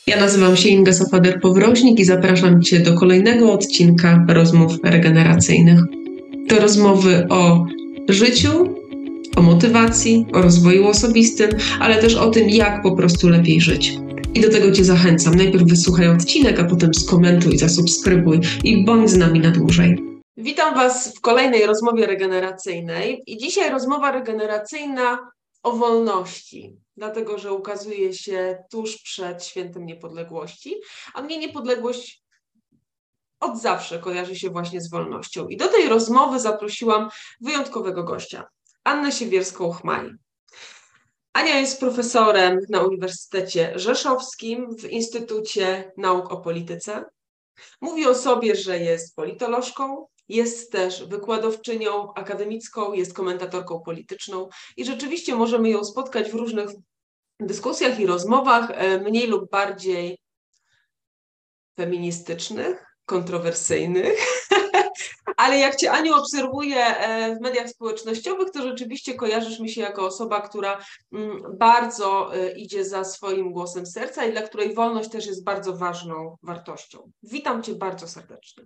Ja nazywam się Inga Safader-Powroźnik i zapraszam Cię do kolejnego odcinka Rozmów Regeneracyjnych. To rozmowy o życiu, o motywacji, o rozwoju osobistym, ale też o tym, jak po prostu lepiej żyć. I do tego Cię zachęcam. Najpierw wysłuchaj odcinek, a potem skomentuj, zasubskrybuj i bądź z nami na dłużej. Witam Was w kolejnej rozmowie regeneracyjnej i dzisiaj rozmowa regeneracyjna o wolności, dlatego że ukazuje się tuż przed Świętem Niepodległości, a mnie niepodległość od zawsze kojarzy się właśnie z wolnością. I do tej rozmowy zaprosiłam wyjątkowego gościa, Annę Siewierską-Chmaj. Ania jest profesorem na Uniwersytecie Rzeszowskim w Instytucie Nauk o Polityce. Mówi o sobie, że jest politolożką, jest też wykładowczynią akademicką, jest komentatorką polityczną i rzeczywiście możemy ją spotkać w różnych dyskusjach i rozmowach, mniej lub bardziej feministycznych, kontrowersyjnych, ale jak Cię, Aniu, obserwuję w mediach społecznościowych, to rzeczywiście kojarzysz mi się jako osoba, która bardzo idzie za swoim głosem serca i dla której wolność też jest bardzo ważną wartością. Witam Cię bardzo serdecznie.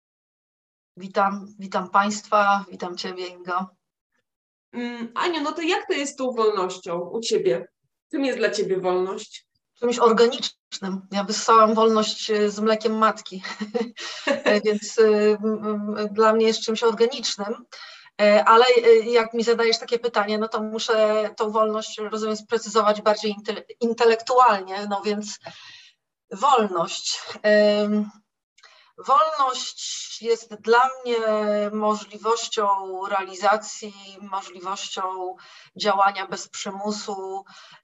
Witam Państwa, witam Ciebie, Ingo. Aniu, no to jak to jest z tą wolnością u Ciebie? Czym jest dla Ciebie wolność? Czymś organicznym. Ja wyssałam wolność z mlekiem matki, więc dla mnie jest czymś organicznym. Ale jak mi zadajesz takie pytanie, no to muszę tą wolność, rozumiem, sprecyzować bardziej intelektualnie. No więc wolność. Wolność jest dla mnie możliwością realizacji, możliwością działania bez przymusu,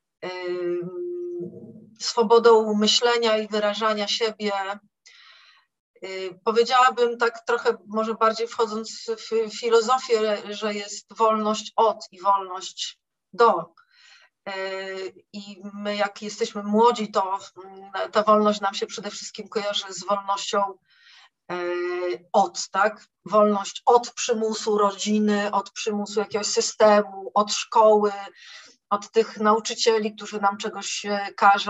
swobodą myślenia i wyrażania siebie. Powiedziałabym tak trochę, może bardziej wchodząc w filozofię, że jest wolność od i wolność do. I my, jak jesteśmy młodzi, to ta wolność nam się przede wszystkim kojarzy z wolnością od, tak? Wolność od przymusu rodziny, od przymusu jakiegoś systemu, od szkoły, od tych nauczycieli, którzy nam czegoś każą.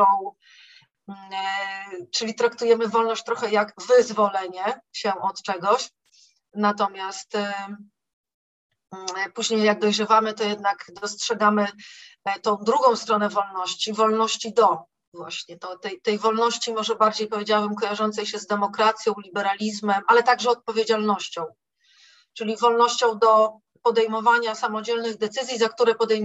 Czyli traktujemy wolność trochę jak wyzwolenie się od czegoś. Natomiast później jak dojrzewamy, to jednak dostrzegamy tą drugą stronę wolności do. Właśnie tej wolności może bardziej powiedziałabym kojarzącej się z demokracją, liberalizmem, ale także odpowiedzialnością, czyli wolnością do podejmowania samodzielnych decyzji, za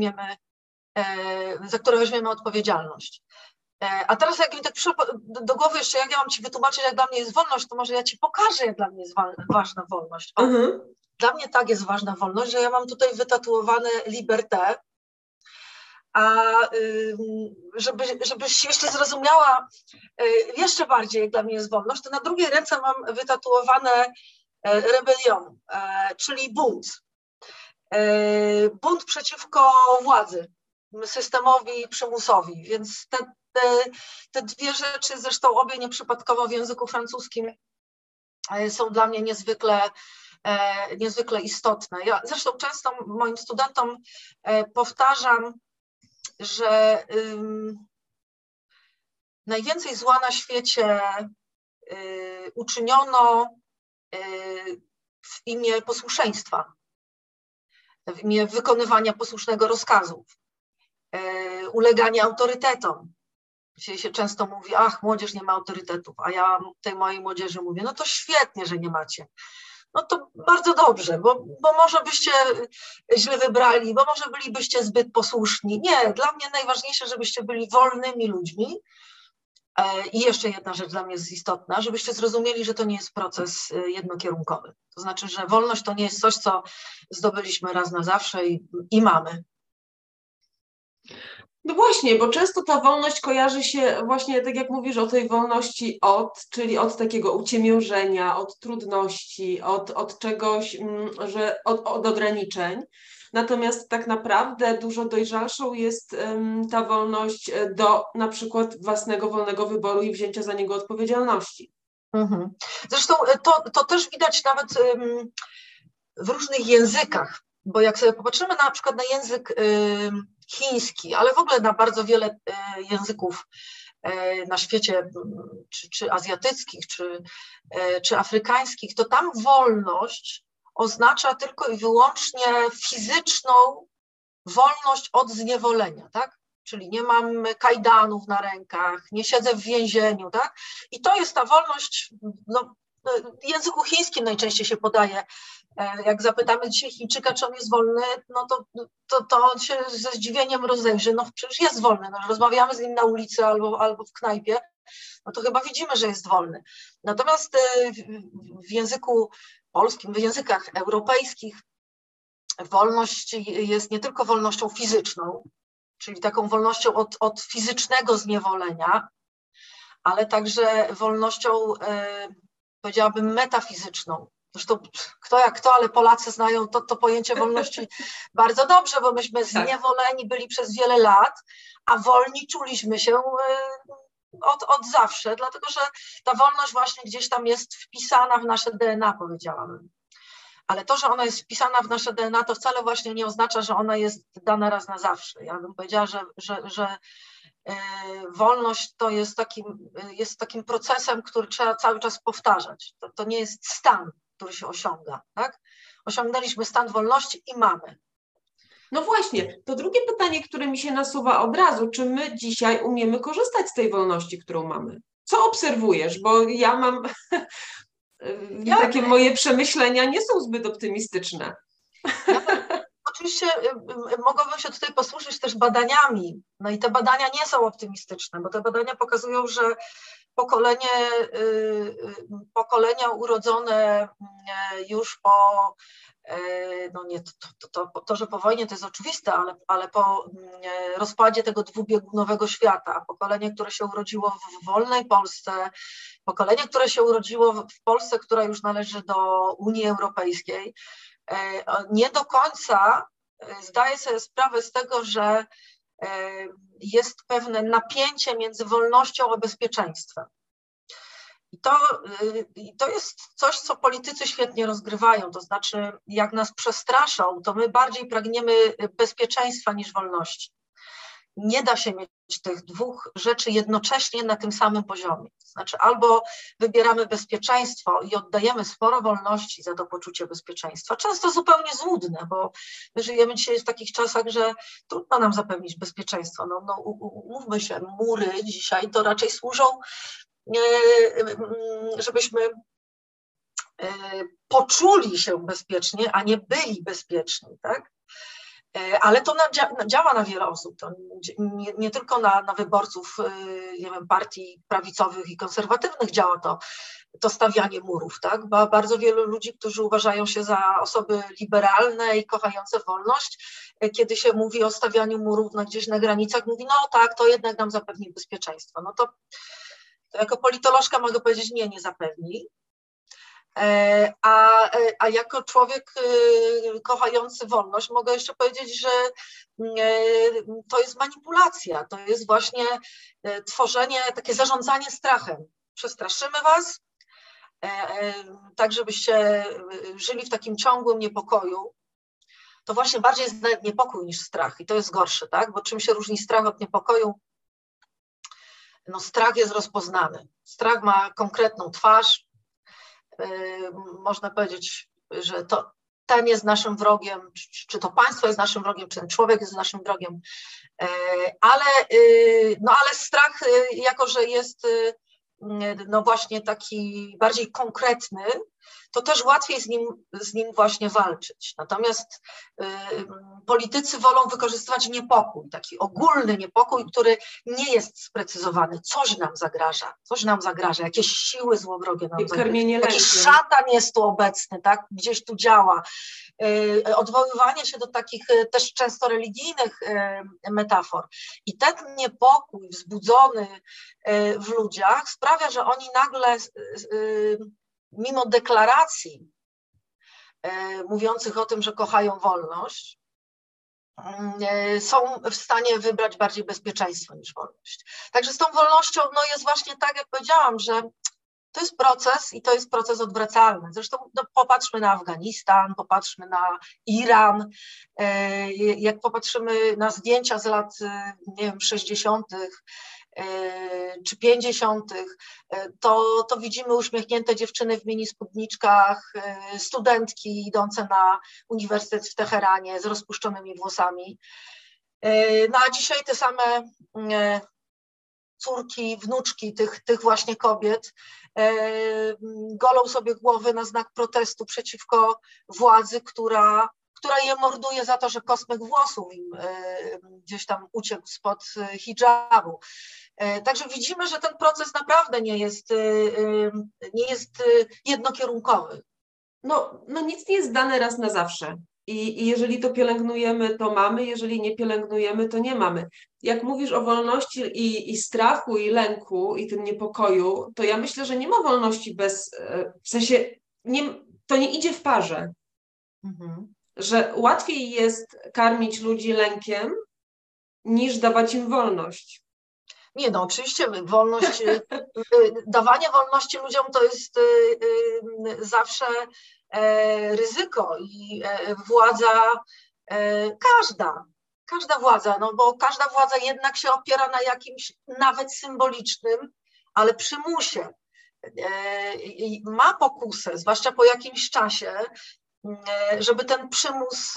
które weźmiemy odpowiedzialność. A teraz jak mi tak przyszło do głowy jeszcze, jak ja mam Ci wytłumaczyć, jak dla mnie jest wolność, to może ja Ci pokażę, jak dla mnie jest ważna wolność. Dla mnie tak jest ważna wolność, że ja mam tutaj wytatuowane liberté, a żebyś jeszcze zrozumiała jeszcze bardziej, jak dla mnie jest wolność, to na drugiej ręce mam wytatuowane rebelion, czyli bunt. Bunt przeciwko władzy, systemowi, przymusowi, więc te dwie rzeczy, zresztą obie nieprzypadkowo w języku francuskim, są dla mnie niezwykle istotne. Ja zresztą często moim studentom powtarzam, że najwięcej zła na świecie uczyniono w imię posłuszeństwa, w imię wykonywania posłusznego rozkazów, ulegania autorytetom. Dzisiaj się często mówi, ach, młodzież nie ma autorytetów, a ja tej mojej młodzieży mówię, no to świetnie, że nie macie. No to bardzo dobrze, bo może byście źle wybrali, bo może bylibyście zbyt posłuszni. Nie, dla mnie najważniejsze, żebyście byli wolnymi ludźmi. I jeszcze jedna rzecz dla mnie jest istotna, żebyście zrozumieli, że to nie jest proces jednokierunkowy. To znaczy, że wolność to nie jest coś, co zdobyliśmy raz na zawsze i mamy. No właśnie, bo często ta wolność kojarzy się właśnie, tak jak mówisz, o tej wolności czyli od takiego uciemiężenia, od trudności, od czegoś, że od ograniczeń. Natomiast tak naprawdę dużo dojrzalszą jest ta wolność do na przykład własnego wolnego wyboru i wzięcia za niego odpowiedzialności. Zresztą to też widać nawet w różnych językach, bo jak sobie popatrzymy na przykład na język chiński, ale w ogóle na bardzo wiele języków na świecie, czy azjatyckich, czy afrykańskich, to tam wolność oznacza tylko i wyłącznie fizyczną wolność od zniewolenia, tak? Czyli nie mam kajdanów na rękach, nie siedzę w więzieniu, tak? I to jest ta wolność, no, w języku chińskim najczęściej się podaje. Jak zapytamy dzisiaj Chińczyka, czy on jest wolny, no to on się ze zdziwieniem rozejrzy. No przecież jest wolny, no, rozmawiamy z nim na ulicy albo w knajpie, no to chyba widzimy, że jest wolny. Natomiast w języku polskim, w językach europejskich wolność jest nie tylko wolnością fizyczną, czyli taką wolnością od fizycznego zniewolenia, ale także wolnością, powiedziałabym, metafizyczną. Zresztą kto jak kto, ale Polacy znają to pojęcie wolności bardzo dobrze, bo myśmy zniewoleni byli przez wiele lat, a wolni czuliśmy się od zawsze, dlatego że ta wolność właśnie gdzieś tam jest wpisana w nasze DNA, powiedziałabym. Ale to, że ona jest wpisana w nasze DNA, to wcale właśnie nie oznacza, że ona jest dana raz na zawsze. Ja bym powiedziała, że wolność to jest takim procesem, który trzeba cały czas powtarzać. To nie jest stan, który się osiąga. Tak? Osiągnęliśmy stan wolności i mamy. No właśnie, to drugie pytanie, które mi się nasuwa od razu, czy my dzisiaj umiemy korzystać z tej wolności, którą mamy? Co obserwujesz? Bo ja mam... Takie moje przemyślenia nie są zbyt optymistyczne. Oczywiście mogłabym się tutaj posłużyć też badaniami. No i te badania nie są optymistyczne, bo te badania pokazują, że pokolenia urodzone już po, no nie, to, że po wojnie to jest oczywiste, ale po rozpadzie tego dwubiegunowego świata, pokolenie, które się urodziło w wolnej Polsce, pokolenie, które się urodziło w Polsce, która już należy do Unii Europejskiej, nie do końca zdaje sobie sprawę z tego, że jest pewne napięcie między wolnością a bezpieczeństwem. I to jest coś, co politycy świetnie rozgrywają, to znaczy jak nas przestraszą, to my bardziej pragniemy bezpieczeństwa niż wolności. Nie da się mieć tych dwóch rzeczy jednocześnie na tym samym poziomie. To znaczy albo wybieramy bezpieczeństwo i oddajemy sporo wolności za to poczucie bezpieczeństwa, często zupełnie złudne, bo my żyjemy dzisiaj w takich czasach, że trudno nam zapewnić bezpieczeństwo. Umówmy się, mury dzisiaj to raczej służą, żebyśmy poczuli się bezpiecznie, a nie byli bezpieczni, tak? Ale to działa na wiele osób, to nie tylko na wyborców, nie wiem, partii prawicowych i konserwatywnych działa to stawianie murów, tak? Bo bardzo wielu ludzi, którzy uważają się za osoby liberalne i kochające wolność, kiedy się mówi o stawianiu murów gdzieś na granicach, mówi, no tak, to jednak nam zapewni bezpieczeństwo. No to jako politolożka mogę powiedzieć, nie zapewni. A jako człowiek kochający wolność mogę jeszcze powiedzieć, że to jest manipulacja, to jest właśnie tworzenie, takie zarządzanie strachem. Przestraszymy was, tak żebyście żyli w takim ciągłym niepokoju. To właśnie bardziej jest nawet niepokój niż strach i to jest gorsze, tak? Bo czym się różni strach od niepokoju? No strach jest rozpoznany. Strach ma konkretną twarz. Można powiedzieć, że to ten jest naszym wrogiem, czy to państwo jest naszym wrogiem, czy ten człowiek jest naszym wrogiem, ale strach, jako że jest no właśnie taki bardziej konkretny, to też łatwiej z nim właśnie walczyć. Natomiast politycy wolą wykorzystywać niepokój, taki ogólny niepokój, który nie jest sprecyzowany. Coś nam zagraża, jakieś siły złowrogie nam zagrażają, jakiś szatan jest tu obecny, tak? Gdzieś tu działa. Odwoływanie się do takich też często religijnych metafor. I ten niepokój wzbudzony w ludziach sprawia, że oni nagle mimo deklaracji mówiących o tym, że kochają wolność, są w stanie wybrać bardziej bezpieczeństwo niż wolność. Także z tą wolnością jest właśnie tak, jak powiedziałam, że to jest proces i to jest proces odwracalny. Zresztą popatrzmy na Afganistan, popatrzmy na Iran, jak popatrzymy na zdjęcia z lat, nie wiem, 60., czy 50., to widzimy uśmiechnięte dziewczyny w mini spódniczkach, studentki idące na uniwersytet w Teheranie z rozpuszczonymi włosami. No a dzisiaj te same córki, wnuczki tych właśnie kobiet golą sobie głowy na znak protestu przeciwko władzy, która je morduje za to, że kosmyk włosów im gdzieś tam uciekł spod hidżabu. Także widzimy, że ten proces naprawdę nie jest jednokierunkowy. No nic nie jest dane raz na zawsze. I jeżeli to pielęgnujemy, to mamy, jeżeli nie pielęgnujemy, to nie mamy. Jak mówisz o wolności i strachu, i lęku, i tym niepokoju, to ja myślę, że nie ma wolności w sensie, to nie idzie w parze. Że łatwiej jest karmić ludzi lękiem, niż dawać im wolność. Nie, no oczywiście wolność, dawanie wolności ludziom to jest zawsze ryzyko i władza, każda władza, no bo każda władza jednak się opiera na jakimś nawet symbolicznym, ale przymusie. Ma pokusę, zwłaszcza po jakimś czasie, żeby ten przymus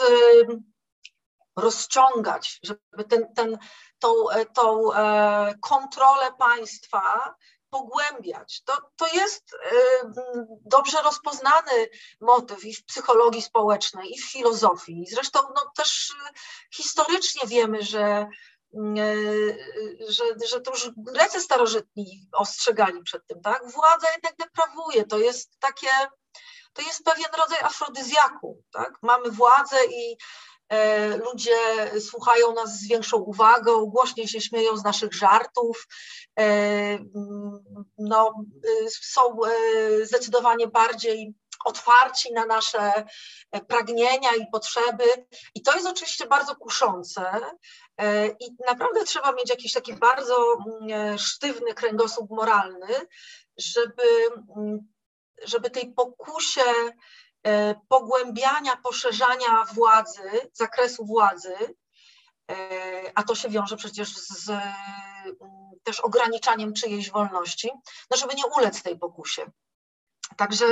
rozciągać, żeby tą kontrolę państwa pogłębiać. To jest dobrze rozpoznany motyw i w psychologii społecznej, i w filozofii. Zresztą też historycznie wiemy, że to już Grecy starożytni ostrzegali przed tym, tak? Władza jednak deprawuje, to jest pewien rodzaj afrodyzjaku, tak? Mamy władzę i ludzie słuchają nas z większą uwagą, głośniej się śmieją z naszych żartów, są zdecydowanie bardziej otwarci na nasze pragnienia i potrzeby. I to jest oczywiście bardzo kuszące i naprawdę trzeba mieć jakiś taki bardzo sztywny kręgosłup moralny, żeby tej pokusie pogłębiania, poszerzania władzy, zakresu władzy, a to się wiąże przecież z też ograniczaniem czyjejś wolności, no żeby nie ulec tej pokusie. Także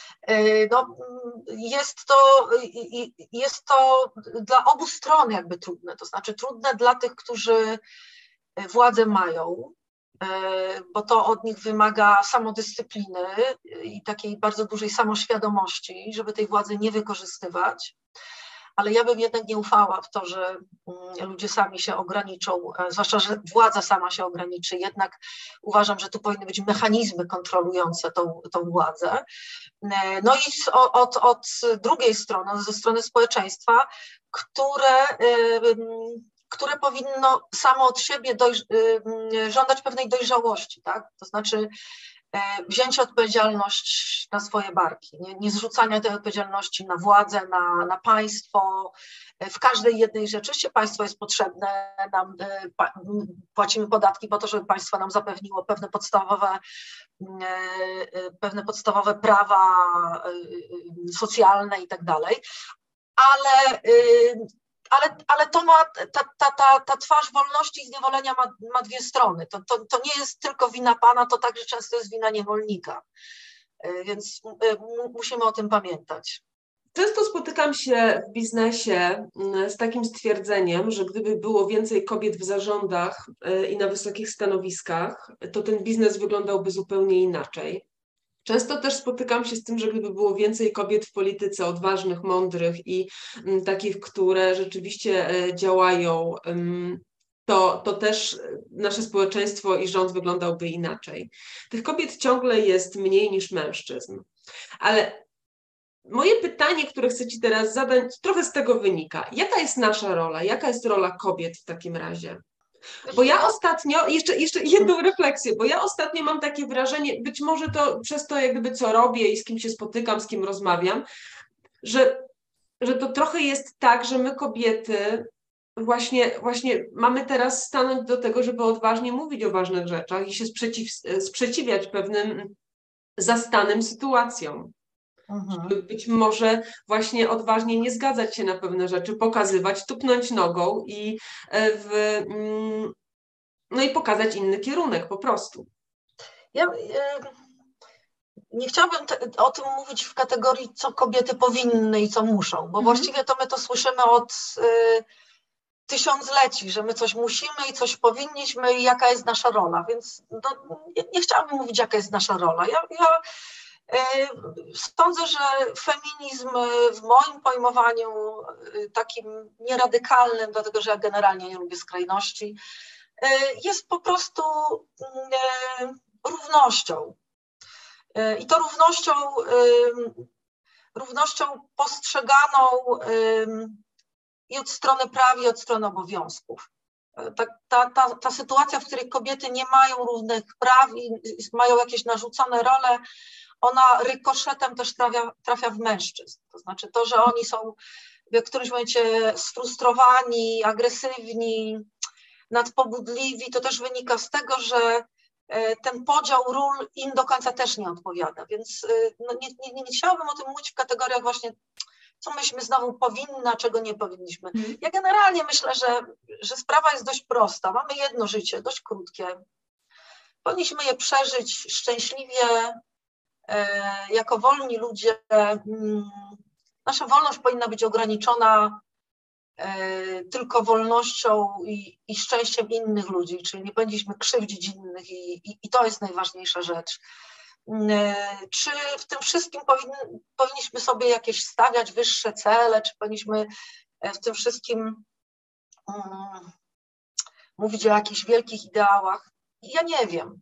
jest to dla obu stron jakby trudne, to znaczy trudne dla tych, którzy władzę mają, bo to od nich wymaga samodyscypliny i takiej bardzo dużej samoświadomości, żeby tej władzy nie wykorzystywać. Ale ja bym jednak nie ufała w to, że ludzie sami się ograniczą, zwłaszcza, że władza sama się ograniczy. Jednak uważam, że tu powinny być mechanizmy kontrolujące tą władzę. No i od drugiej strony, ze strony społeczeństwa, które powinno samo od siebie żądać pewnej dojrzałości, tak? To znaczy wzięcie odpowiedzialność na swoje barki, nie zrzucania tej odpowiedzialności na władzę, na państwo, w każdej jednej rzeczy. Oczywiście państwo jest potrzebne, płacimy podatki po to, żeby państwo nam zapewniło pewne podstawowe prawa socjalne i tak dalej, ale to ta twarz wolności i zniewolenia ma dwie strony. To nie jest tylko wina pana, to także często jest wina niewolnika. Więc musimy o tym pamiętać. Często spotykam się w biznesie z takim stwierdzeniem, że gdyby było więcej kobiet w zarządach i na wysokich stanowiskach, to ten biznes wyglądałby zupełnie inaczej. Często też spotykam się z tym, że gdyby było więcej kobiet w polityce, odważnych, mądrych i takich, które rzeczywiście działają, to też nasze społeczeństwo i rząd wyglądałby inaczej. Tych kobiet ciągle jest mniej niż mężczyzn. Ale moje pytanie, które chcę Ci teraz zadać, trochę z tego wynika. Jaka jest nasza rola? Jaka jest rola kobiet w takim razie? Bo ja ostatnio, jeszcze jedną refleksję, bo ja ostatnio mam takie wrażenie, być może to przez to jakby co robię i z kim się spotykam, z kim rozmawiam, że to trochę jest tak, że my kobiety właśnie mamy teraz stanąć do tego, żeby odważnie mówić o ważnych rzeczach i się sprzeciwiać pewnym zastanym sytuacjom. Żeby być może właśnie odważnie nie zgadzać się na pewne rzeczy, pokazywać, tupnąć nogą i No i pokazać inny kierunek po prostu. Ja nie chciałabym o tym mówić w kategorii, co kobiety powinny i co muszą, bo właściwie to my to słyszymy od tysiącleci, że my coś musimy i coś powinniśmy i jaka jest nasza rola, więc nie chciałabym mówić, jaka jest nasza rola. Ja sądzę, że feminizm w moim pojmowaniu takim nieradykalnym, dlatego że ja generalnie nie lubię skrajności, jest po prostu równością. I to równością postrzeganą i od strony praw, i od strony obowiązków. Ta sytuacja, w której kobiety nie mają równych praw i mają jakieś narzucone role, ona rykoszetem też trafia w mężczyzn. To znaczy to, że oni są w którymś momencie sfrustrowani, agresywni, nadpobudliwi, to też wynika z tego, że ten podział ról im do końca też nie odpowiada. Więc nie chciałabym o tym mówić w kategoriach właśnie, co myśmy znowu powinny, a czego nie powinniśmy. Ja generalnie myślę, że sprawa jest dość prosta. Mamy jedno życie, dość krótkie. Powinniśmy je przeżyć szczęśliwie, jako wolni ludzie. Nasza wolność powinna być ograniczona tylko wolnością i szczęściem innych ludzi, czyli nie powinniśmy krzywdzić innych i to jest najważniejsza rzecz. Czy w tym wszystkim powinniśmy sobie jakieś stawiać wyższe cele, czy powinniśmy w tym wszystkim mówić o jakichś wielkich ideałach? Ja nie wiem.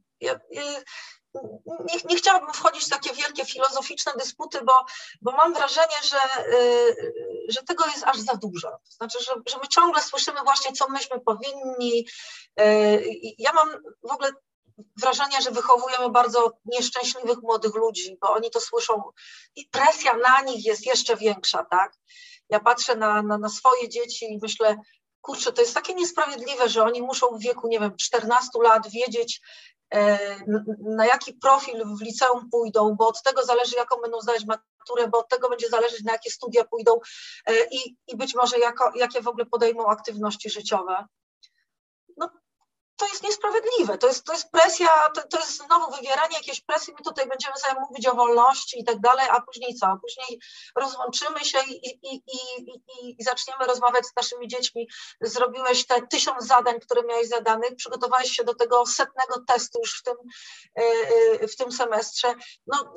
Nie chciałabym wchodzić w takie wielkie filozoficzne dysputy, bo mam wrażenie, że tego jest aż za dużo. To znaczy, że my ciągle słyszymy właśnie, co myśmy powinni. Ja mam w ogóle wrażenie, że wychowujemy bardzo nieszczęśliwych młodych ludzi, bo oni to słyszą i presja na nich jest jeszcze większa, tak? Ja patrzę na swoje dzieci i myślę, kurczę, to jest takie niesprawiedliwe, że oni muszą w wieku, nie wiem, 14 lat wiedzieć, na jaki profil w liceum pójdą, bo od tego zależy, jaką będą zdawać maturę, bo od tego będzie zależeć, na jakie studia pójdą i być może jakie w ogóle podejmą aktywności życiowe. No, to jest niesprawiedliwe, to jest presja, to jest znowu wywieranie jakiejś presji, my tutaj będziemy sobie mówić o wolności i tak dalej, a później co? Później rozłączymy się i zaczniemy rozmawiać z naszymi dziećmi. Zrobiłeś te 1000 zadań, które miałeś zadanych, przygotowałeś się do tego 100. testu już w tym semestrze. No,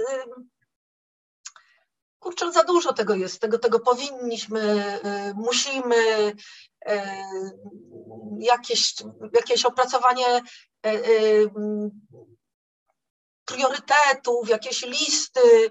kurczę, za dużo tego jest, tego powinniśmy, musimy, jakieś opracowanie priorytetów, jakieś listy.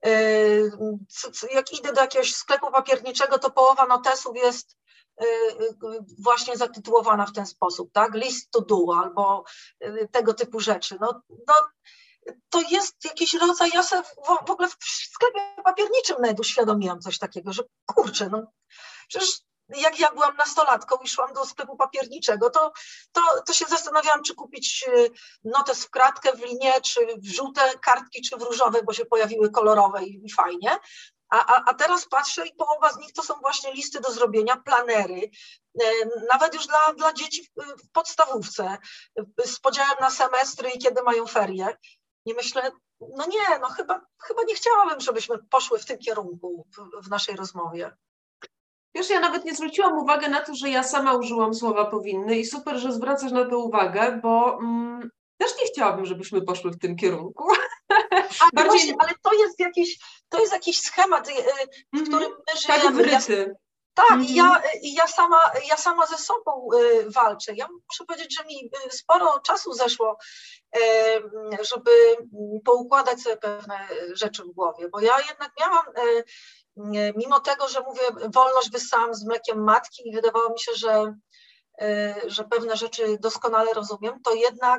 Jak idę do jakiegoś sklepu papierniczego, to połowa notesów jest właśnie zatytułowana w ten sposób, tak? List to do albo tego typu rzeczy. No, to jest jakiś rodzaj, ja sobie w ogóle w sklepie papierniczym nawet uświadomiłam coś takiego, że kurczę, no przecież jak ja byłam nastolatką i szłam do sklepu papierniczego, to się zastanawiałam, czy kupić notes w kratkę, w linię, czy w żółte kartki, czy w różowe, bo się pojawiły kolorowe i fajnie. A teraz patrzę i połowa z nich to są właśnie listy do zrobienia, planery, nawet już dla dzieci w podstawówce, z podziałem na semestry i kiedy mają ferie. I myślę, no nie, no chyba nie chciałabym, żebyśmy poszły w tym kierunku w naszej rozmowie. Wiesz, ja nawet nie zwróciłam uwagi na to, że ja sama użyłam słowa powinny i super, że zwracasz na to uwagę, bo też nie chciałabym, żebyśmy poszły w tym kierunku. Ale właśnie, ale to jest jakiś schemat, w którym my żyjemy. Tak wryty. Tak, i ja sama ze sobą walczę. Ja muszę powiedzieć, że mi sporo czasu zeszło, żeby poukładać sobie pewne rzeczy w głowie, bo ja jednak miałam, mimo tego, że mówię, wolność wyssałam z mlekiem matki i wydawało mi się, że pewne rzeczy doskonale rozumiem, to jednak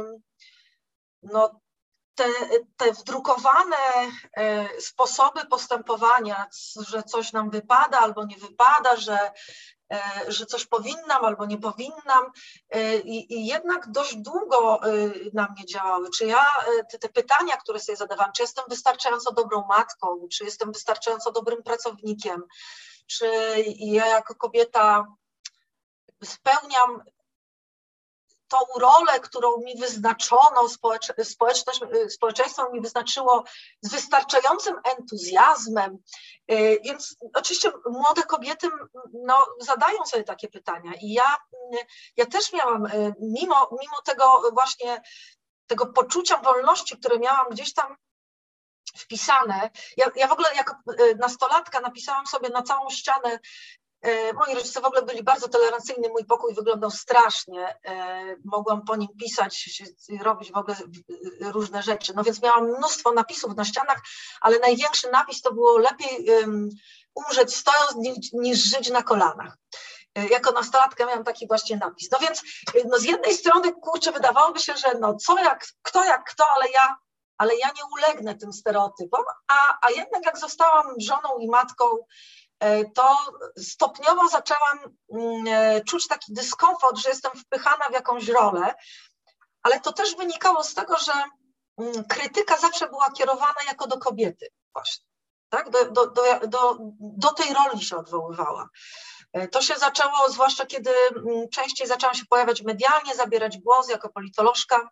no, te wdrukowane sposoby postępowania, że coś nam wypada albo nie wypada, że coś powinnam albo nie powinnam i jednak dość długo na mnie działały. Czy ja te pytania, które sobie zadawałam, czy jestem wystarczająco dobrą matką, czy jestem wystarczająco dobrym pracownikiem, czy ja jako kobieta spełniam tą rolę, którą mi wyznaczono, społeczeństwo mi wyznaczyło z wystarczającym entuzjazmem. Więc oczywiście młode kobiety no, zadają sobie takie pytania i ja też miałam, mimo tego właśnie tego poczucia wolności, które miałam gdzieś tam wpisane, ja w ogóle jako nastolatka napisałam sobie na całą ścianę. Moi rodzice w ogóle byli bardzo tolerancyjni, mój pokój wyglądał strasznie, mogłam po nim pisać, robić w ogóle różne rzeczy, no więc miałam mnóstwo napisów na ścianach, ale największy napis to było lepiej umrzeć stojąc niż żyć na kolanach. Jako nastolatka miałam taki właśnie napis. No więc no z jednej strony, kurczę, wydawałoby się, że no kto jak kto, ale ja nie ulegnę tym stereotypom, a jednak jak zostałam żoną i matką, to stopniowo zaczęłam czuć taki dyskomfort, że jestem wpychana w jakąś rolę, ale to też wynikało z tego, że krytyka zawsze była kierowana jako do kobiety właśnie, tak? Do tej roli się odwoływała. To się zaczęło, zwłaszcza kiedy częściej zaczęłam się pojawiać medialnie, zabierać głos jako politolożka.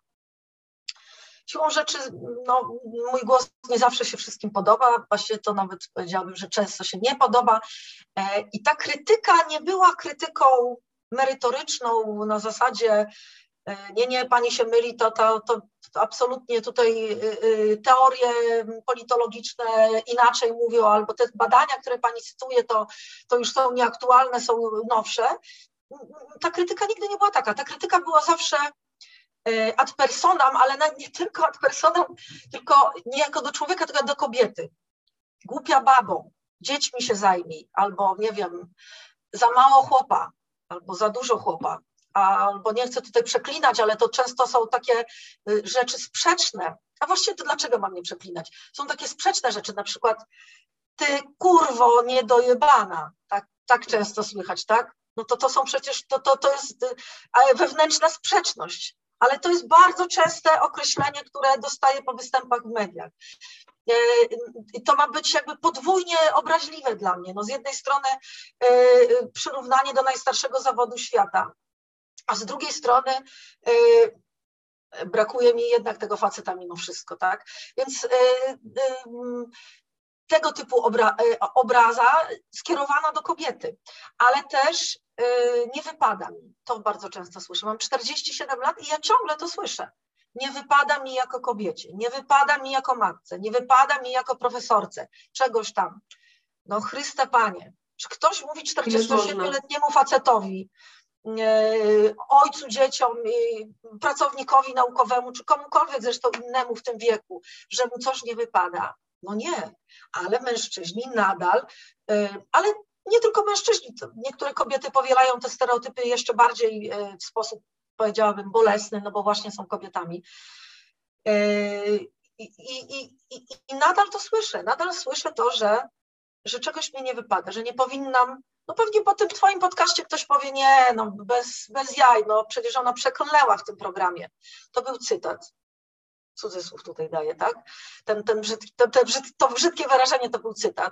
Siłą rzeczy no, mój głos nie zawsze się wszystkim podoba, właściwie to nawet powiedziałabym, że często się nie podoba. I ta krytyka nie była krytyką merytoryczną na zasadzie nie, pani się myli, to absolutnie tutaj teorie politologiczne inaczej mówią, albo te badania, które pani cytuje, to już są nieaktualne, są nowsze. Ta krytyka nigdy nie była taka. Ta krytyka była zawsze ad personam, ale nie tylko ad personam, tylko nie jako do człowieka, tylko do kobiety. Głupia babo, dziećmi się zajmij, albo nie wiem, za mało chłopa, albo za dużo chłopa, albo nie chcę tutaj przeklinać, ale to często są takie rzeczy sprzeczne. A właściwie to dlaczego mam nie przeklinać? Są takie sprzeczne rzeczy, na przykład ty kurwo niedojebana, tak często słychać, tak? No to są przecież, to jest wewnętrzna sprzeczność. Ale to jest bardzo częste określenie, które dostaję po występach w mediach. I to ma być jakby podwójnie obraźliwe dla mnie. No z jednej strony przyrównanie do najstarszego zawodu świata, a z drugiej strony brakuje mi jednak tego faceta mimo wszystko, tak? Więc tego typu obraza skierowana do kobiety, ale też nie wypada mi, to bardzo często słyszę, mam 47 lat i ja ciągle to słyszę, nie wypada mi jako kobiecie, nie wypada mi jako matce, nie wypada mi jako profesorce, czegoś tam. No Chryste Panie, czy ktoś mówi 47-letniemu facetowi, ojcu, dzieciom, pracownikowi naukowemu, czy komukolwiek zresztą innemu w tym wieku, że mu coś nie wypada? No nie, ale mężczyźni nadal, ale nie tylko mężczyźni, niektóre kobiety powielają te stereotypy jeszcze bardziej w sposób, powiedziałabym, bolesny, no bo właśnie są kobietami. I nadal słyszę to, że czegoś mnie nie wypada, że nie powinnam, no pewnie po tym twoim podcaście ktoś powie, nie, no bez jaj, no przecież ona przeklnęła w tym programie. To był cytat. Cudzysłów tutaj daję, tak? To brzydkie wyrażenie to był cytat.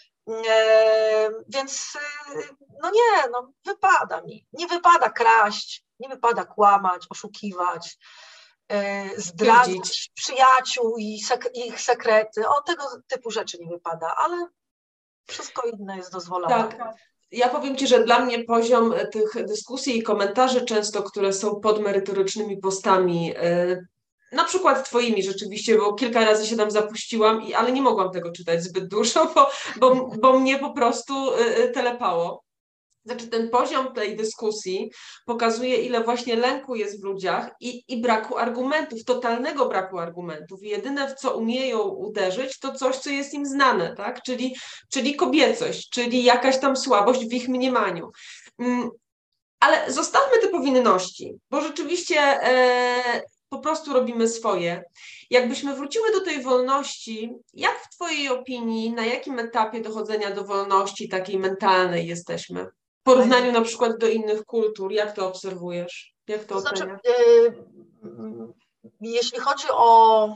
Więc no nie, no wypada mi. Nie wypada kraść, nie wypada kłamać, oszukiwać, zdradzić przyjaciół i ich sekrety. O tego typu rzeczy nie wypada, ale wszystko inne jest dozwolone. Tak. Ja powiem Ci, że dla mnie poziom tych dyskusji i komentarzy często, które są pod merytorycznymi postami, na przykład Twoimi rzeczywiście, bo kilka razy się tam zapuściłam, ale nie mogłam tego czytać zbyt dużo, bo mnie po prostu telepało. Znaczy ten poziom tej dyskusji pokazuje, ile właśnie lęku jest w ludziach i braku argumentów, totalnego braku argumentów. I jedyne, w co umieją uderzyć, to coś, co jest im znane, tak? Czyli kobiecość, czyli jakaś tam słabość w ich mniemaniu. Ale zostawmy te powinności, bo rzeczywiście po prostu robimy swoje. Jakbyśmy wróciły do tej wolności, jak w Twojej opinii, na jakim etapie dochodzenia do wolności takiej mentalnej jesteśmy? W porównaniu na przykład do innych kultur, jak to obserwujesz? Jak to oceniasz? Jeśli chodzi o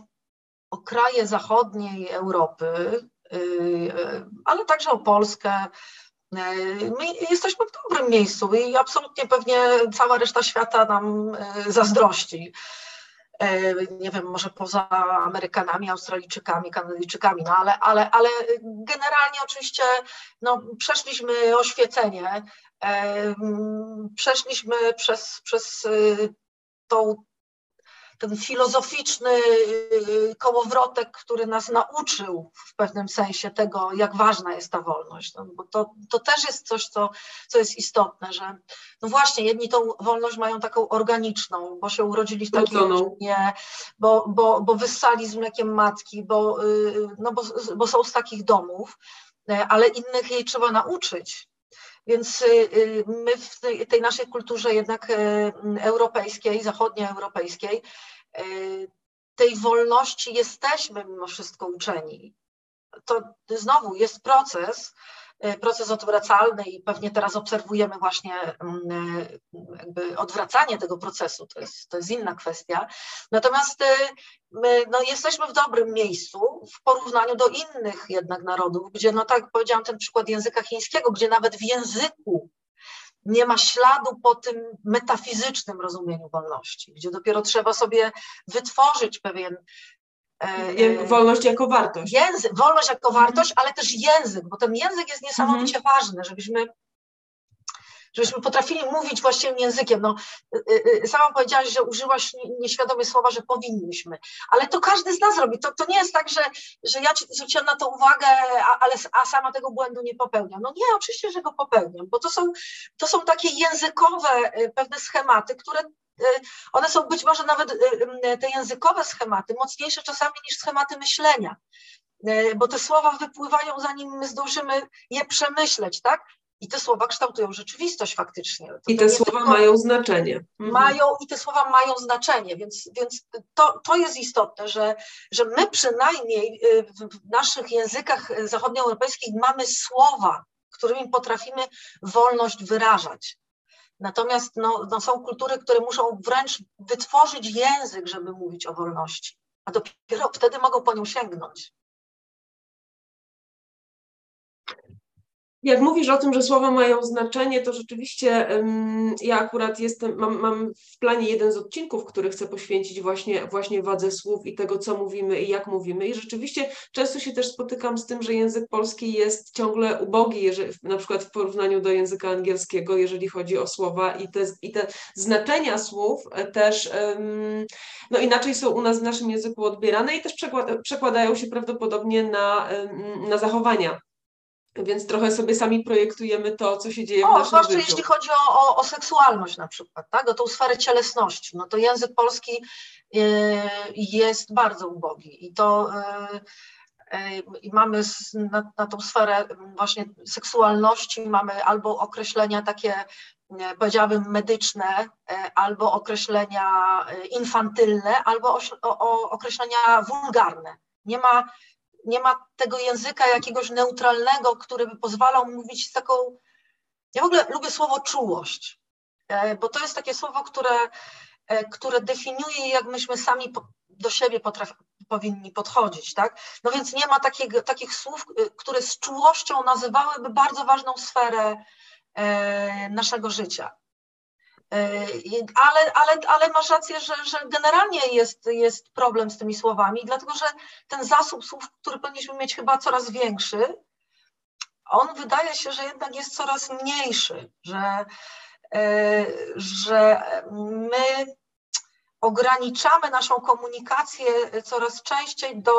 kraje zachodniej Europy, ale także o Polskę, My jesteśmy w dobrym miejscu i absolutnie pewnie cała reszta świata nam zazdrości. Nie wiem, może poza Amerykanami, Australijczykami, Kanadyjczykami, no ale generalnie oczywiście no, przeszliśmy oświecenie, przeszliśmy przez ten filozoficzny kołowrotek, który nas nauczył w pewnym sensie tego, jak ważna jest ta wolność. No, bo to też jest coś, co jest istotne, że no właśnie, jedni tą wolność mają taką organiczną, bo się urodzili w takiej rodzinie, bo wyssali z mlekiem matki, bo są z takich domów, ale innych jej trzeba nauczyć. Więc my w tej naszej kulturze jednak europejskiej, zachodnioeuropejskiej, tej wolności jesteśmy mimo wszystko uczeni. To znowu jest proces odwracalny i pewnie teraz obserwujemy właśnie jakby odwracanie tego procesu, to jest inna kwestia. Natomiast my no, jesteśmy w dobrym miejscu w porównaniu do innych jednak narodów, gdzie, no tak jak powiedziałam, ten przykład języka chińskiego, gdzie nawet w języku nie ma śladu po tym metafizycznym rozumieniu wolności, gdzie dopiero trzeba sobie wytworzyć pewien wolność jako wartość. Wolność jako wartość, ale też język, bo ten język jest niesamowicie ważny, żebyśmy potrafili mówić właściwym językiem. No, sama powiedziałaś, że użyłaś nieświadomie słowa, że powinniśmy, ale to każdy z nas robi. To nie jest tak, że ja ci zwróciłam na to uwagę, a sama tego błędu nie popełniam. No nie, oczywiście, że go popełniam, bo to są takie językowe pewne schematy, które one są być może nawet te językowe schematy mocniejsze czasami niż schematy myślenia, bo te słowa wypływają, zanim my zdążymy je przemyśleć, tak? I te słowa kształtują rzeczywistość faktycznie. I te słowa mają znaczenie. I te słowa mają znaczenie, więc to jest istotne, że my przynajmniej w naszych językach zachodnioeuropejskich mamy słowa, którymi potrafimy wolność wyrażać. Natomiast no, są kultury, które muszą wręcz wytworzyć język, żeby mówić o wolności, a dopiero wtedy mogą po nią sięgnąć. Jak mówisz o tym, że słowa mają znaczenie, to rzeczywiście ja akurat mam w planie jeden z odcinków, który chcę poświęcić właśnie wadze słów i tego, co mówimy i jak mówimy. I rzeczywiście często się też spotykam z tym, że język polski jest ciągle ubogi, na przykład w porównaniu do języka angielskiego, jeżeli chodzi o słowa i te znaczenia słów też no inaczej są u nas w naszym języku odbierane i też przekładają się prawdopodobnie na zachowania. Więc trochę sobie sami projektujemy to, co się dzieje w naszym zwłaszcza życiu. Jeśli chodzi o seksualność na przykład, tak? O tą sferę cielesności, no to język polski jest bardzo ubogi i mamy na tą sferę właśnie seksualności mamy albo określenia takie, powiedziałabym, medyczne, albo określenia infantylne, albo określenia wulgarne. Nie ma tego języka jakiegoś neutralnego, który by pozwalał mówić z taką... Ja w ogóle lubię słowo czułość, bo to jest takie słowo, które definiuje, jak myśmy sami do siebie powinni podchodzić, tak? No więc nie ma takich słów, które z czułością nazywałyby bardzo ważną sferę naszego życia. Ale masz rację, że generalnie jest problem z tymi słowami, dlatego że ten zasób słów, który powinniśmy mieć chyba coraz większy, on wydaje się, że jednak jest coraz mniejszy, że my ograniczamy naszą komunikację coraz częściej do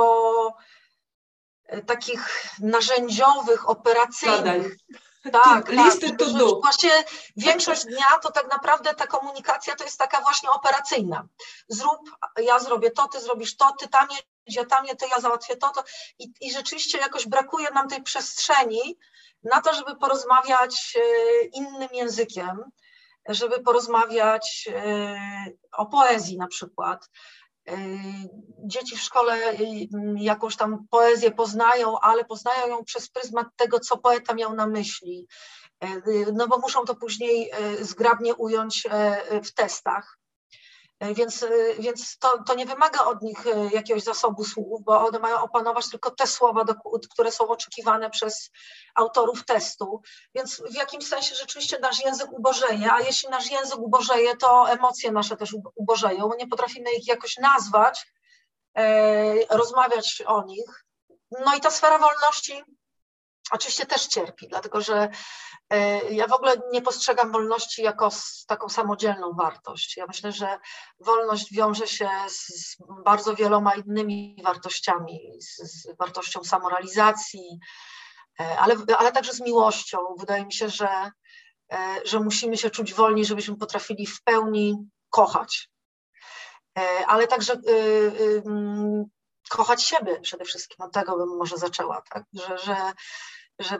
takich narzędziowych, operacyjnych. Tak, listy to do. Właściwie większość dnia to tak naprawdę ta komunikacja to jest taka właśnie operacyjna. Ja zrobię to, ty zrobisz to, ty tam jedź, to ja załatwię to. I rzeczywiście jakoś brakuje nam tej przestrzeni na to, żeby porozmawiać innym językiem, żeby porozmawiać o poezji na przykład. Dzieci w szkole jakąś tam poezję poznają, ale poznają ją przez pryzmat tego, co poeta miał na myśli, no bo muszą to później zgrabnie ująć w testach. Więc to nie wymaga od nich jakiegoś zasobu słów, bo one mają opanować tylko te słowa, które są oczekiwane przez autorów testu. Więc w jakimś sensie rzeczywiście nasz język ubożeje, a jeśli nasz język ubożeje, to emocje nasze też ubożeją. My nie potrafimy ich jakoś nazwać, rozmawiać o nich. No i ta sfera wolności oczywiście też cierpi, dlatego że ja w ogóle nie postrzegam wolności jako taką samodzielną wartość. Ja myślę, że wolność wiąże się z bardzo wieloma innymi wartościami, z wartością samorealizacji, ale także z miłością. Wydaje mi się, że musimy się czuć wolni, żebyśmy potrafili w pełni kochać, ale także kochać siebie przede wszystkim. Od tego bym może zaczęła, tak? Że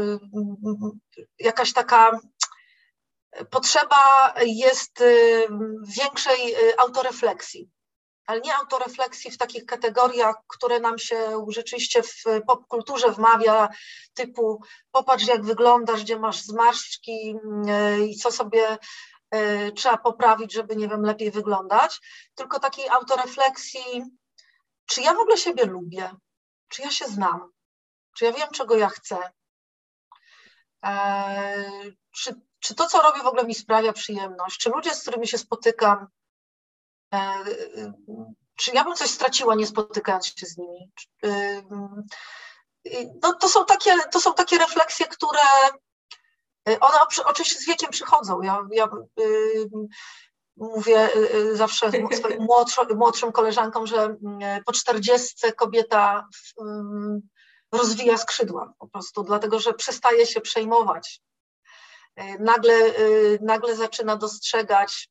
jakaś taka potrzeba jest większej autorefleksji, ale nie autorefleksji w takich kategoriach, które nam się rzeczywiście w popkulturze wmawia, typu popatrz jak wyglądasz, gdzie masz zmarszczki i co sobie trzeba poprawić, żeby, nie wiem, lepiej wyglądać, tylko takiej autorefleksji, czy ja w ogóle siebie lubię, czy ja się znam, czy ja wiem, czego ja chcę, czy to, co robię, w ogóle mi sprawia przyjemność, czy ludzie, z którymi się spotykam, czy ja bym coś straciła, nie spotykając się z nimi. No, to są takie refleksje, które one oczywiście z wiekiem przychodzą. Ja mówię zawsze swoim młodszym koleżankom, że po 40 kobieta rozwija skrzydła po prostu, dlatego że przestaje się przejmować. Nagle zaczyna dostrzegać,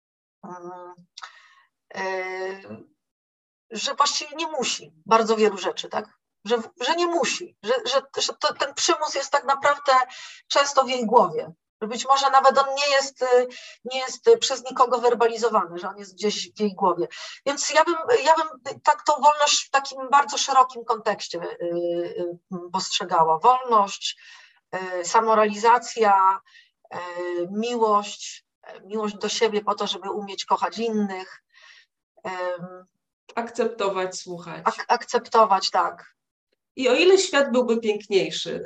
że właściwie nie musi bardzo wielu rzeczy, tak? Że nie musi, że ten przymus jest tak naprawdę często w jej głowie. Że być może nawet on nie jest przez nikogo werbalizowany, że on jest gdzieś w jej głowie. Więc ja bym tak tą wolność w takim bardzo szerokim kontekście postrzegała. Wolność, samorealizacja, miłość do siebie po to, żeby umieć kochać innych. Akceptować, słuchać. Akceptować, tak. I o ile świat byłby piękniejszy.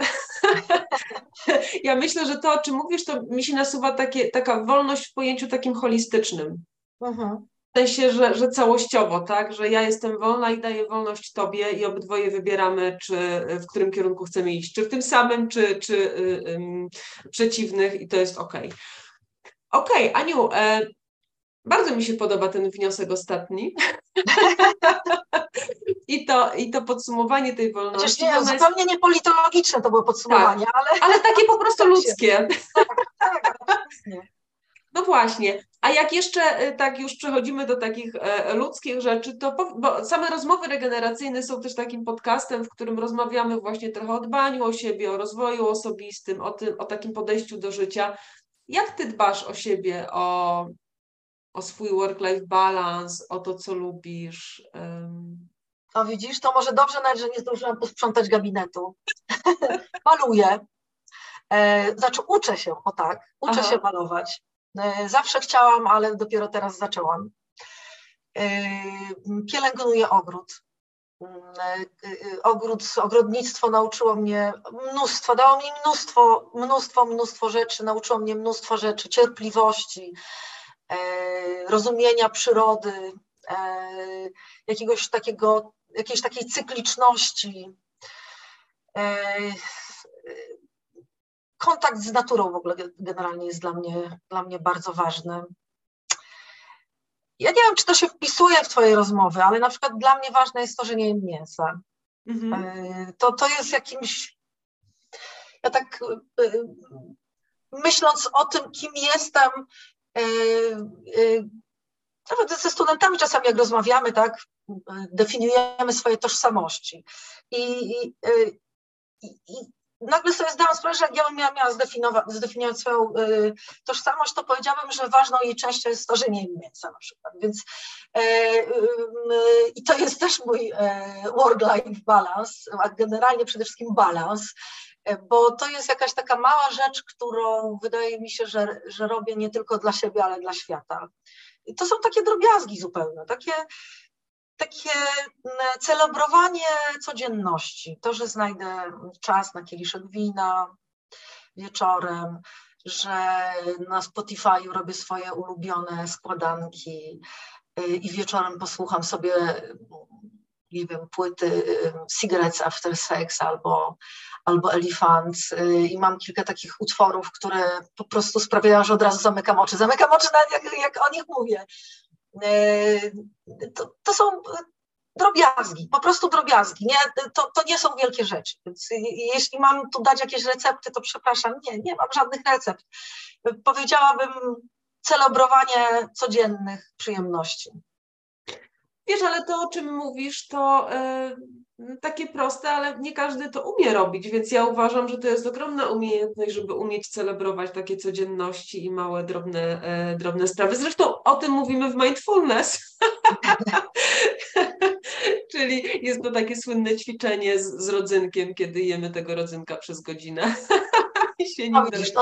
Ja myślę, że to, o czym mówisz, to mi się nasuwa taka wolność w pojęciu takim holistycznym. W sensie, że całościowo, tak? Że ja jestem wolna i daję wolność tobie i obydwoje wybieramy, czy w którym kierunku chcemy iść. Czy w tym samym, czy przeciwnych i to jest okej. Okej, Aniu, bardzo mi się podoba ten wniosek ostatni. I to podsumowanie tej wolności. Chociaż zupełnie nie politologiczne to było podsumowanie, tak, ale takie po prostu ludzkie. Tak, absolutnie. No właśnie, a jak jeszcze tak już przechodzimy do takich ludzkich rzeczy, bo same rozmowy regeneracyjne są też takim podcastem, w którym rozmawiamy właśnie trochę o dbaniu o siebie, o rozwoju osobistym, o takim podejściu do życia. Jak ty dbasz o siebie, o swój work-life balance, o to, co lubisz? No widzisz, to może dobrze nawet, że nie zdążyłam posprzątać gabinetu. Maluję. Znaczy uczę się, o tak, uczę się malować. Zawsze chciałam, ale dopiero teraz zaczęłam. Pielęgnuję ogród. Ogrodnictwo nauczyło mnie mnóstwo, dało mi mnóstwo rzeczy, nauczyło mnie mnóstwo rzeczy, cierpliwości, rozumienia przyrody, jakiejś takiej cykliczności. Kontakt z naturą w ogóle generalnie jest dla mnie bardzo ważny. Ja nie wiem, czy to się wpisuje w twoje rozmowy, ale na przykład dla mnie ważne jest to, że nie jem mięsa. To jest jakimś... Ja tak myśląc o tym, kim jestem, nawet ze studentami czasami jak rozmawiamy, tak, definiujemy swoje tożsamości. I nagle sobie zdałam sprawę, że jak ja bym miała zdefiniować swoją tożsamość, to powiedziałabym, że ważną jej częścią jest to, że nie jem mięsa na przykład. Więc i to jest też mój work-life balance, a generalnie przede wszystkim balans, bo to jest jakaś taka mała rzecz, którą wydaje mi się, że robię nie tylko dla siebie, ale dla świata. I to są takie drobiazgi zupełnie, takie celebrowanie codzienności. To, że znajdę czas na kieliszek wina wieczorem, że na Spotify'u robię swoje ulubione składanki i wieczorem posłucham sobie, nie wiem, płyty Cigarettes After Sex albo Elephants i mam kilka takich utworów, które po prostu sprawiają, że od razu zamykam oczy. Zamykam oczy nawet jak o nich mówię. To są drobiazgi, po prostu drobiazgi. To nie są wielkie rzeczy. Więc jeśli mam tu dać jakieś recepty, to przepraszam, nie mam żadnych recept. Powiedziałabym celebrowanie codziennych przyjemności. Wiesz, ale to, o czym mówisz, to takie proste, ale nie każdy to umie robić, więc ja uważam, że to jest ogromna umiejętność, żeby umieć celebrować takie codzienności i małe, drobne sprawy. Zresztą o tym mówimy w mindfulness. Czyli jest to takie słynne ćwiczenie z rodzynkiem, kiedy jemy tego rodzynka przez godzinę. No widzisz,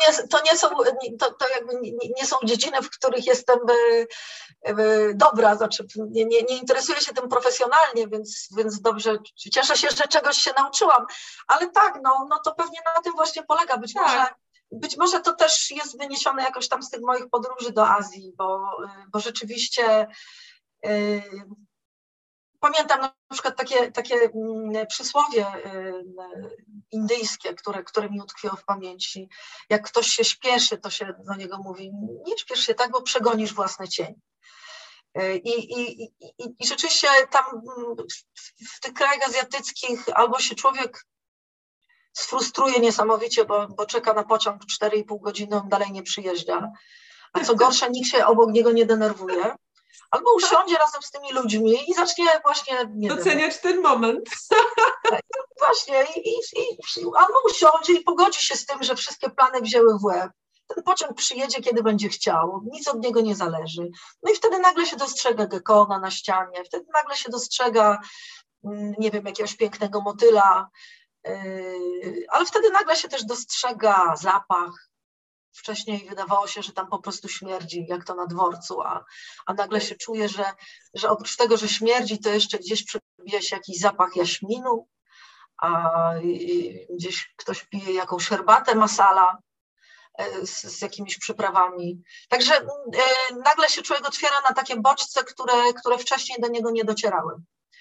to jakby nie są dziedziny, w których jestem dobra, znaczy nie interesuję się tym profesjonalnie, więc dobrze, cieszę się, że czegoś się nauczyłam, ale tak, no to pewnie na tym właśnie polega. Być może to też jest wyniesione jakoś tam z tych moich podróży do Azji, bo rzeczywiście pamiętam na przykład takie przysłowie indyjskie, które mi utkwiło w pamięci. Jak ktoś się śpieszy, to się do niego mówi: nie śpiesz się tak, bo przegonisz własny cień. I rzeczywiście tam w tych krajach azjatyckich albo się człowiek sfrustruje niesamowicie, bo czeka na pociąg 4,5 godziny, on dalej nie przyjeżdża, a co gorsza, nikt się obok niego nie denerwuje. Albo usiądzie razem z tymi ludźmi i zacznie właśnie doceniać ten moment. Właśnie, albo usiądzie i pogodzi się z tym, że wszystkie plany wzięły w łeb. Ten pociąg przyjedzie, kiedy będzie chciał, nic od niego nie zależy. No i wtedy nagle się dostrzega gekona na ścianie, wtedy nagle się dostrzega, nie wiem, jakiegoś pięknego motyla, ale wtedy nagle się też dostrzega zapach. Wcześniej wydawało się, że tam po prostu śmierdzi, jak to na dworcu, a nagle się czuje, że oprócz tego, że śmierdzi, to jeszcze gdzieś przebija się jakiś zapach jaśminu, a gdzieś ktoś pije jakąś herbatę masala z jakimiś przyprawami. Także nagle się człowiek otwiera na takie bodźce, które wcześniej do niego nie docierały.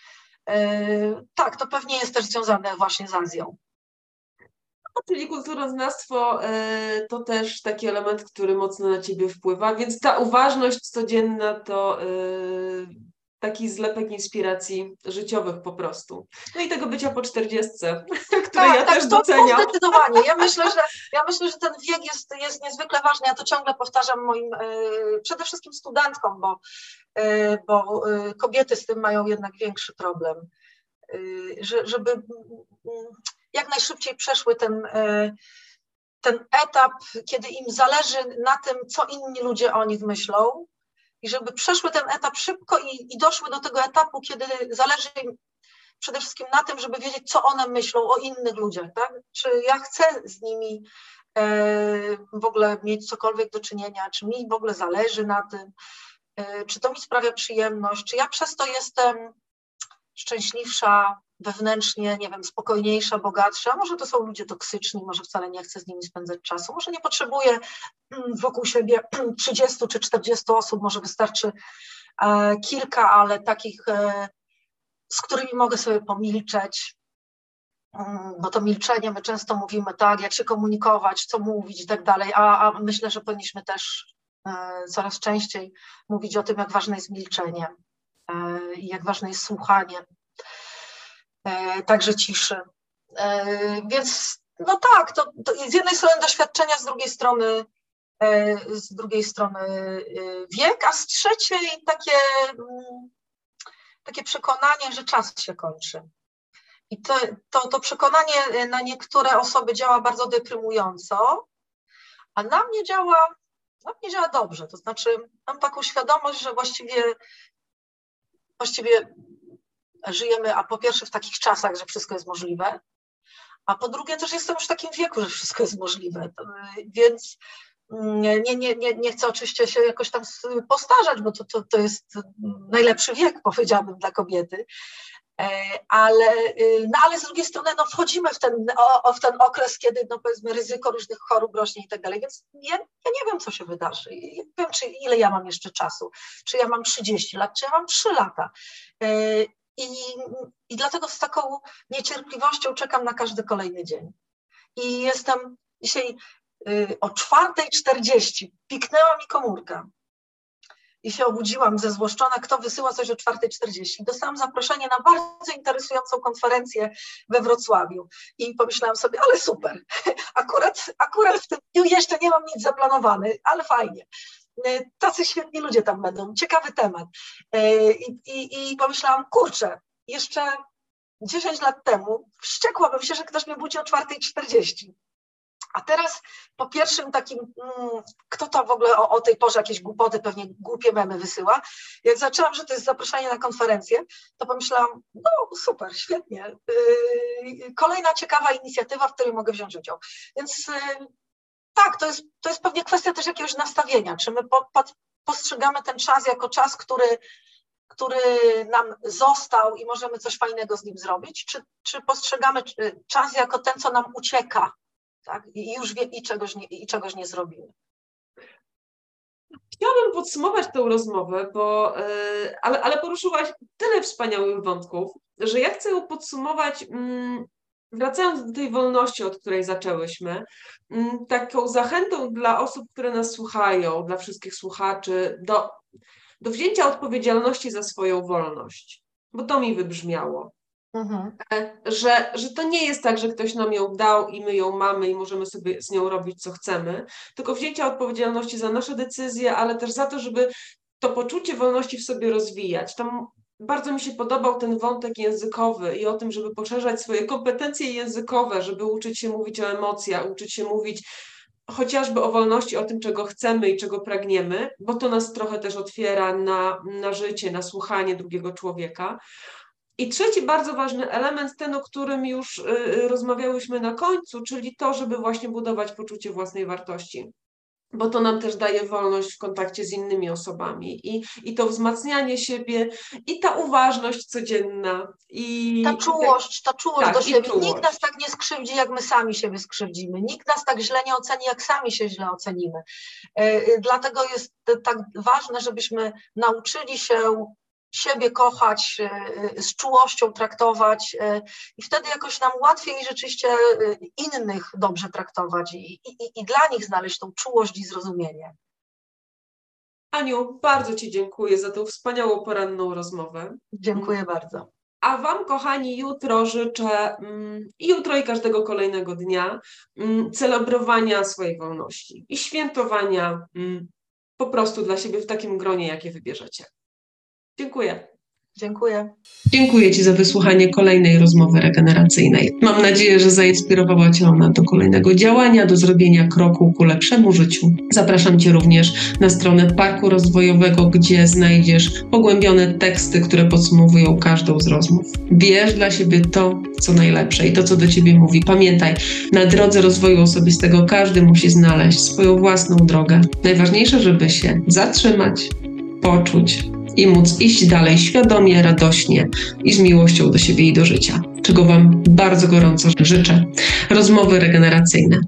Tak, to pewnie jest też związane właśnie z Azją. Czyli kulturoznawstwo to też taki element, który mocno na ciebie wpływa, więc ta uważność codzienna to taki zlepek inspiracji życiowych po prostu. No i tego bycia po 40, które ja też doceniam. To zdecydowanie. Ja myślę, że ten wiek jest niezwykle ważny. Ja to ciągle powtarzam moim przede wszystkim studentkom, bo kobiety z tym mają jednak większy problem. Żeby jak najszybciej przeszły ten etap, kiedy im zależy na tym, co inni ludzie o nich myślą, i żeby przeszły ten etap szybko i doszły do tego etapu, kiedy zależy im przede wszystkim na tym, żeby wiedzieć, co one myślą o innych ludziach, tak? Czy ja chcę z nimi w ogóle mieć cokolwiek do czynienia, czy mi w ogóle zależy na tym, czy to mi sprawia przyjemność, czy ja przez to jestem szczęśliwsza, wewnętrznie, nie wiem, spokojniejsza, bogatsza. Może to są ludzie toksyczni, może wcale nie chcę z nimi spędzać czasu, może nie potrzebuję wokół siebie 30 czy 40 osób, może wystarczy kilka, ale takich, z którymi mogę sobie pomilczeć, bo to milczenie, my często mówimy tak, jak się komunikować, co mówić i tak dalej, a myślę, że powinniśmy też coraz częściej mówić o tym, jak ważne jest milczenie i jak ważne jest słuchanie, także ciszy. Więc no tak, to z jednej strony doświadczenia, z drugiej strony wiek, a z trzeciej takie przekonanie, że czas się kończy. I to przekonanie na niektóre osoby działa bardzo deprymująco, a na mnie działa dobrze. To znaczy mam taką świadomość, że właściwie żyjemy, a po pierwsze w takich czasach, że wszystko jest możliwe, a po drugie też jestem już w takim wieku, że wszystko jest możliwe. Więc Nie chcę oczywiście się jakoś tam postarzać, bo to jest najlepszy wiek, powiedziałabym, dla kobiety. Ale z drugiej strony wchodzimy w ten okres, kiedy powiedzmy ryzyko różnych chorób rośnie i tak dalej, więc ja nie wiem, co się wydarzy. Ja nie wiem, ile ja mam jeszcze czasu, czy ja mam 30 lat, czy ja mam 3 lata. I dlatego z taką niecierpliwością czekam na każdy kolejny dzień. I jestem dzisiaj o 4:40 piknęła mi komórka. I się obudziłam zezłoszczona, kto wysyła coś o 4:40. Dostałam zaproszenie na bardzo interesującą konferencję we Wrocławiu. I pomyślałam sobie, ale super, akurat w tym dniu jeszcze nie mam nic zaplanowane, ale fajnie. Tacy świetni ludzie tam będą, ciekawy temat. I pomyślałam, kurczę, jeszcze 10 lat temu wściekłabym się, że ktoś mnie budzi o 4:40. A teraz po pierwszym takim, kto to w ogóle o tej porze jakieś głupoty, pewnie głupie memy wysyła, jak zaczęłam, że to jest zaproszenie na konferencję, to pomyślałam, no super, świetnie, kolejna ciekawa inicjatywa, w której mogę wziąć udział. Więc tak, to jest pewnie kwestia też jakiegoś nastawienia, czy my postrzegamy ten czas jako czas, który nam został i możemy coś fajnego z nim zrobić, czy postrzegamy czas jako ten, co nam ucieka, tak? I już czegoś nie zrobimy. Chciałabym podsumować tę rozmowę, ale poruszyłaś tyle wspaniałych wątków, że ja chcę ją podsumować, wracając do tej wolności, od której zaczęłyśmy, taką zachętą dla osób, które nas słuchają, dla wszystkich słuchaczy, do wzięcia odpowiedzialności za swoją wolność, bo to mi wybrzmiało. Że to nie jest tak, że ktoś nam ją dał i my ją mamy i możemy sobie z nią robić, co chcemy, tylko wzięcia odpowiedzialności za nasze decyzje, ale też za to, żeby to poczucie wolności w sobie rozwijać. Tam bardzo mi się podobał ten wątek językowy i o tym, żeby poszerzać swoje kompetencje językowe, żeby uczyć się mówić o emocjach, uczyć się mówić chociażby o wolności, o tym, czego chcemy i czego pragniemy, bo to nas trochę też otwiera na życie, na słuchanie drugiego człowieka. I trzeci bardzo ważny element, ten, o którym już rozmawiałyśmy na końcu, czyli to, żeby właśnie budować poczucie własnej wartości, bo to nam też daje wolność w kontakcie z innymi osobami i to wzmacnianie siebie i ta uważność codzienna. Ta czułość tak, do siebie. Czułość. Nikt nas tak nie skrzywdzi, jak my sami siebie skrzywdzimy. Nikt nas tak źle nie oceni, jak sami się źle ocenimy. Dlatego jest tak ważne, żebyśmy nauczyli się siebie kochać, z czułością traktować i wtedy jakoś nam łatwiej rzeczywiście innych dobrze traktować i dla nich znaleźć tą czułość i zrozumienie. Aniu, bardzo Ci dziękuję za tę wspaniałą poranną rozmowę. Dziękuję bardzo. A Wam, kochani, jutro życzę i każdego kolejnego dnia celebrowania swojej wolności i świętowania po prostu dla siebie w takim gronie, jakie wybierzecie. Dziękuję. Dziękuję. Dziękuję Ci za wysłuchanie kolejnej rozmowy regeneracyjnej. Mam nadzieję, że zainspirowała Cię ona do kolejnego działania, do zrobienia kroku ku lepszemu życiu. Zapraszam Cię również na stronę Parku Rozwojowego, gdzie znajdziesz pogłębione teksty, które podsumowują każdą z rozmów. Bierz dla siebie to, co najlepsze i to, co do Ciebie mówi. Pamiętaj, na drodze rozwoju osobistego każdy musi znaleźć swoją własną drogę. Najważniejsze, żeby się zatrzymać, poczuć i móc iść dalej świadomie, radośnie i z miłością do siebie i do życia, czego Wam bardzo gorąco życzę. Rozmowy regeneracyjne.